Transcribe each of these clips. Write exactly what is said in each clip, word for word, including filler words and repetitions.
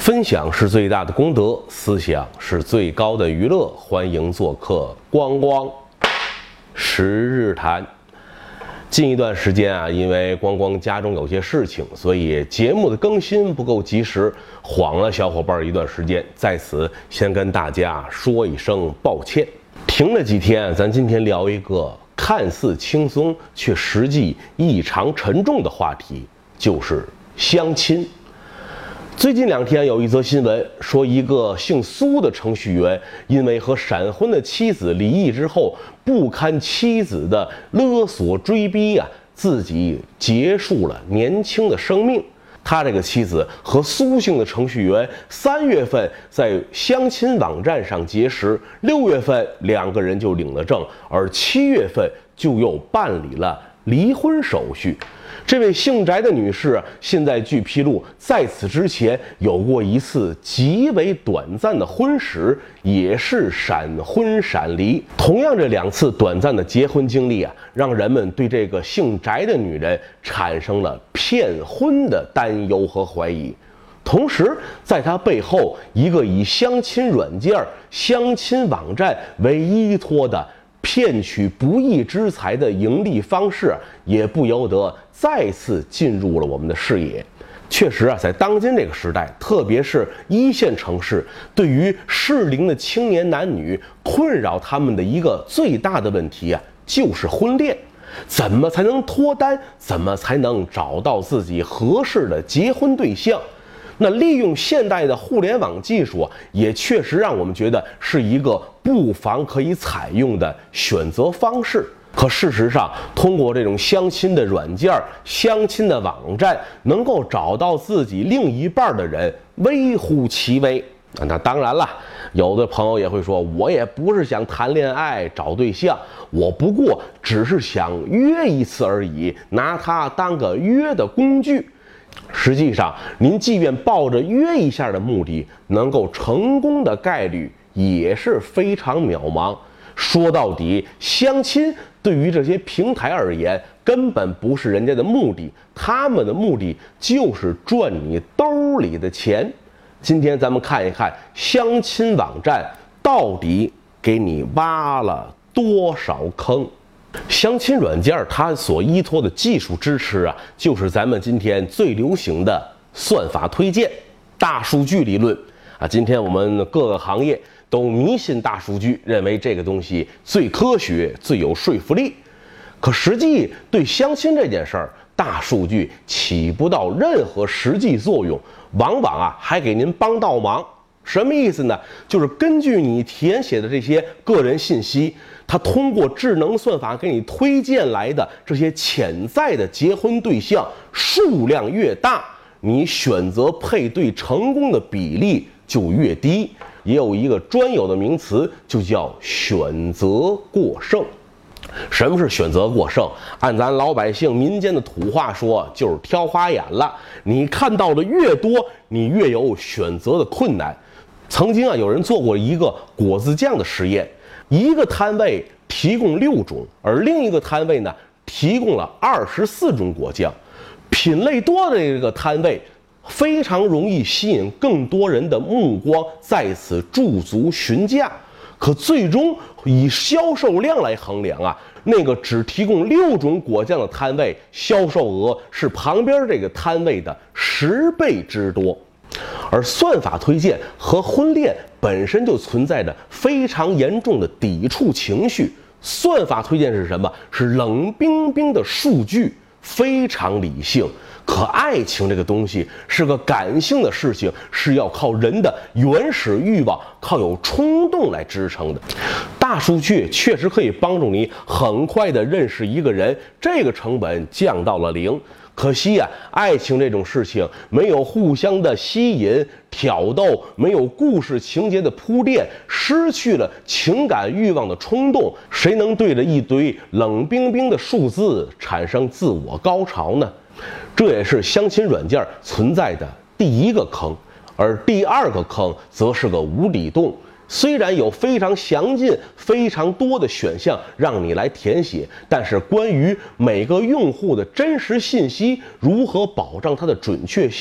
分享是最大的功德，思想是最高的娱乐。欢迎做客光光十日谈。近一段时间啊，因为光光家中有些事情，所以节目的更新不够及时，晃了小伙伴一段时间，在此先跟大家说一声抱歉。停了几天，咱今天聊一个看似轻松却实际异常沉重的话题，就是相亲。最近两天有一则新闻说，一个姓苏的程序员因为和闪婚的妻子离异之后，不堪妻子的勒索追逼啊，自己结束了年轻的生命。他这个妻子和苏姓的程序员三月份在相亲网站上结识，六月份两个人就领了证，而七月份就又办理了离婚手续。这位姓翟的女士现在据披露，在此之前有过一次极为短暂的婚史，也是闪婚闪离。同样，这两次短暂的结婚经历啊，让人们对这个姓翟的女人产生了骗婚的担忧和怀疑。同时，在她背后，一个以相亲软件、相亲网站为依托的骗取不义之财的盈利方式，也不由得再次进入了我们的视野。确实啊，在当今这个时代，特别是一线城市，对于适龄的青年男女，困扰他们的一个最大的问题啊，就是婚恋。怎么才能脱单？怎么才能找到自己合适的结婚对象？那利用现代的互联网技术，也确实让我们觉得是一个不妨可以采用的选择方式。可事实上，通过这种相亲的软件、相亲的网站，能够找到自己另一半的人微乎其微。那当然了，有的朋友也会说，我也不是想谈恋爱找对象，我不过只是想约一次而已，拿它当个约的工具。实际上，您即便抱着约一下的目的，能够成功的概率也是非常渺茫。说到底，相亲对于这些平台而言，根本不是人家的目的，他们的目的就是赚你兜里的钱。今天咱们看一看相亲网站到底给你挖了多少坑。相亲软件它所依托的技术支持啊，就是咱们今天最流行的算法推荐、大数据理论啊。今天我们各个行业都迷信大数据，认为这个东西最科学、最有说服力。可实际对相亲这件事儿，大数据起不到任何实际作用，往往啊还给您帮倒忙。什么意思呢？就是根据你填写的这些个人信息，它通过智能算法给你推荐来的这些潜在的结婚对象数量越大，你选择配对成功的比例就越低。也有一个专有的名词，就叫选择过剩。什么是选择过剩？按咱老百姓民间的土话说，就是挑花眼了。你看到的越多，你越有选择的困难。曾经啊，有人做过一个果子酱的实验，一个摊位提供六种，而另一个摊位呢提供了二十四种果酱。品类多的这个摊位非常容易吸引更多人的目光，在此驻足询价。可最终以销售量来衡量啊，那个只提供六种果酱的摊位，销售额是旁边这个摊位的十倍之多。而算法推荐和婚恋本身就存在着非常严重的抵触情绪。算法推荐是什么？是冷冰冰的数据，非常理性。可爱情这个东西是个感性的事情，是要靠人的原始欲望，靠有冲动来支撑的。大数据确实可以帮助你很快的认识一个人，这个成本降到了零。可惜啊，爱情这种事情没有互相的吸引、挑逗，没有故事情节的铺垫，失去了情感欲望的冲动，谁能对着一堆冷冰冰的数字产生自我高潮呢？这也是相亲软件存在的第一个坑，而第二个坑则是个无底洞。虽然有非常详尽、非常多的选项让你来填写，但是关于每个用户的真实信息如何保障它的准确性，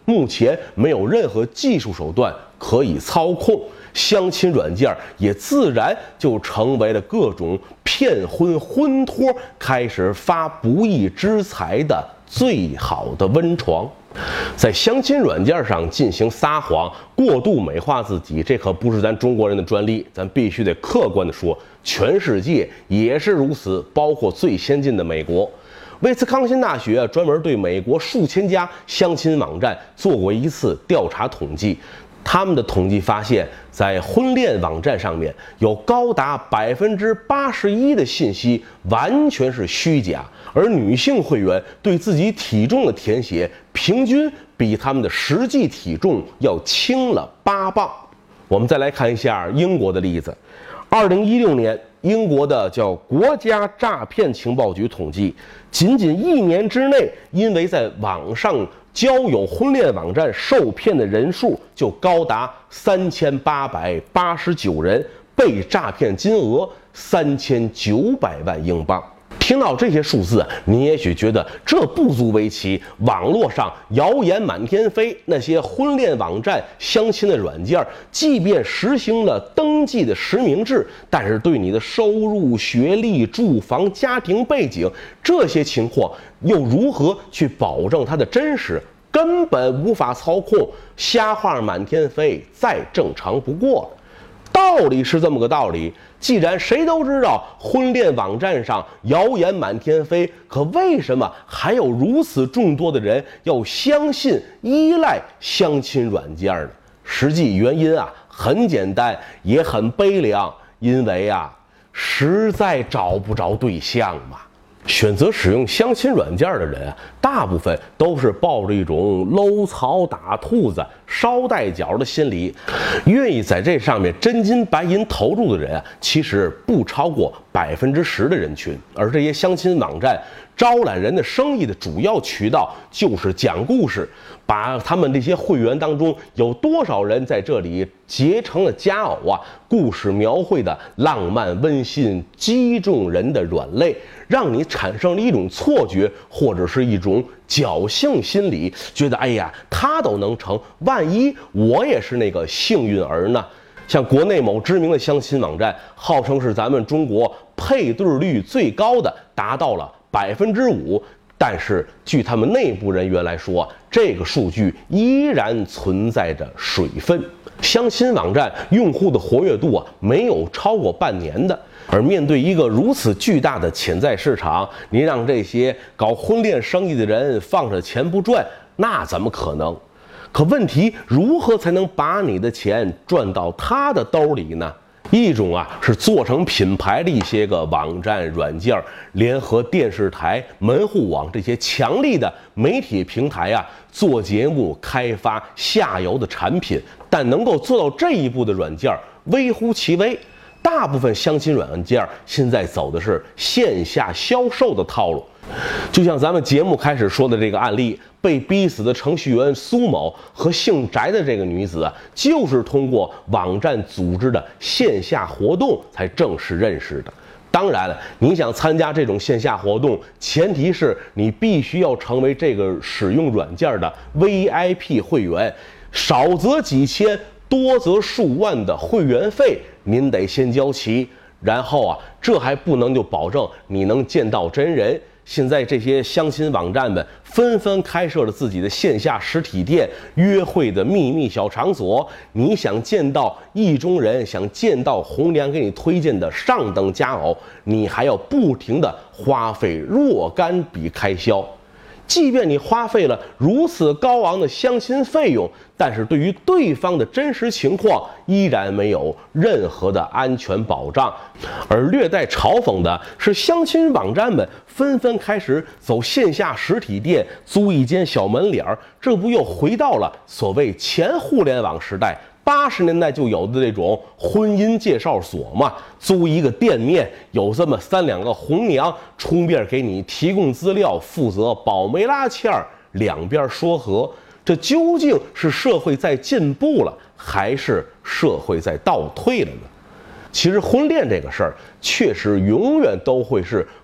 目前没有任何技术手段可以操控，相亲软件也自然就成为了各种骗婚婚托开始发不义之财的最好的温床。在相亲软件上进行撒谎、过度美化自己，这可不是咱中国人的专利，咱必须得客观地说，全世界也是如此，包括最先进的美国。威斯康辛大学专门对美国数千家相亲网站做过一次调查统计，他们的统计发现，在婚恋网站上面有高达百分之八十一的信息完全是虚假，而女性会员对自己体重的填写平均比他们的实际体重要轻了八磅。我们再来看一下英国的例子。二零一六年，英国的叫国家诈骗情报局统计，仅仅一年之内，因为在网上交友婚恋网站受骗的人数就高达三千八百八十九人，被诈骗金额三千九百万英镑。听到这些数字，你也许觉得这不足为奇，网络上谣言满天飞，那些婚恋网站、相亲的软件，即便实行了登记的实名制，但是对你的收入、学历、住房、家庭背景这些情况，又如何去保证它的真实？根本无法操控，瞎话满天飞，再正常不过了。道理是这么个道理，既然谁都知道婚恋网站上谣言满天飞，可为什么还有如此众多的人要相信、依赖相亲软件呢？实际原因啊，很简单，也很悲凉，因为啊，实在找不着对象嘛。选择使用相亲软件的人啊，大部分都是抱着一种搂草打兔子、捎带脚的心理，愿意在这上面真金白银投入的人啊，其实不超过百分之十的人群。而这些相亲网站招揽人的生意的主要渠道就是讲故事，把他们这些会员当中有多少人在这里结成了佳偶啊，故事描绘的浪漫温馨，击中人的软肋，让你产生了一种错觉或者是一种侥幸心理，觉得哎呀，他都能成，万一我也是那个幸运儿呢？像国内某知名的相亲网站，号称是咱们中国配对率最高的，达到了百分之五。但是据他们内部人员来说，这个数据依然存在着水分。相亲网站用户的活跃度啊，没有超过半年的。而面对一个如此巨大的潜在市场，你让这些搞婚恋生意的人放着钱不赚，那怎么可能？可问题，如何才能把你的钱赚到他的兜里呢？一种啊是做成品牌的一些个网站软件，联合电视台、门户网这些强力的媒体平台啊，做节目开发下游的产品。但能够做到这一步的软件微乎其微。大部分相亲软件现在走的是线下销售的套路，就像咱们节目开始说的这个案例，被逼死的程序员苏某和姓翟的这个女子啊，就是通过网站组织的线下活动才正式认识的。当然了，你想参加这种线下活动，前提是你必须要成为这个使用软件的 V I P 会员，少则几千，多则数万的会员费您得先交齐，然后啊，这还不能就保证你能见到真人。现在这些相亲网站们纷纷开设了自己的线下实体店、约会的秘密小场所。你想见到意中人，想见到红娘给你推荐的上等佳偶，你还要不停地花费若干笔开销。即便你花费了如此高昂的相亲费用，但是对于对方的真实情况依然没有任何的安全保障。而略带嘲讽的是，相亲网站们纷纷开始走线下实体店，租一间小门脸儿，这不又回到了所谓前互联网时代八十年代就有的那种婚姻介绍所嘛，租一个店面，有这么三两个红娘出面给你提供资料，负责保媒拉纤儿，两边说和。这究竟是社会在进步了，还是社会在倒退了呢？其实婚恋这个事儿，确实永远都会是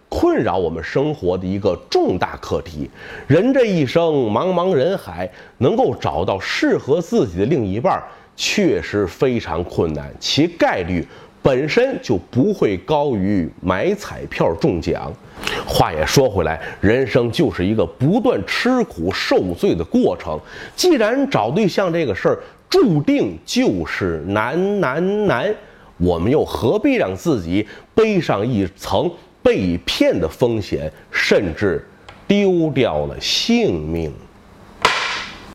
困扰我们生活的一个重大课题。人这一生茫茫人海，能够找到适合自己的另一半，确实非常困难，其概率本身就不会高于买彩票中奖。话也说回来，人生就是一个不断吃苦受罪的过程。既然找对象这个事儿注定就是难难难，我们又何必让自己背上一层被骗的风险，甚至丢掉了性命？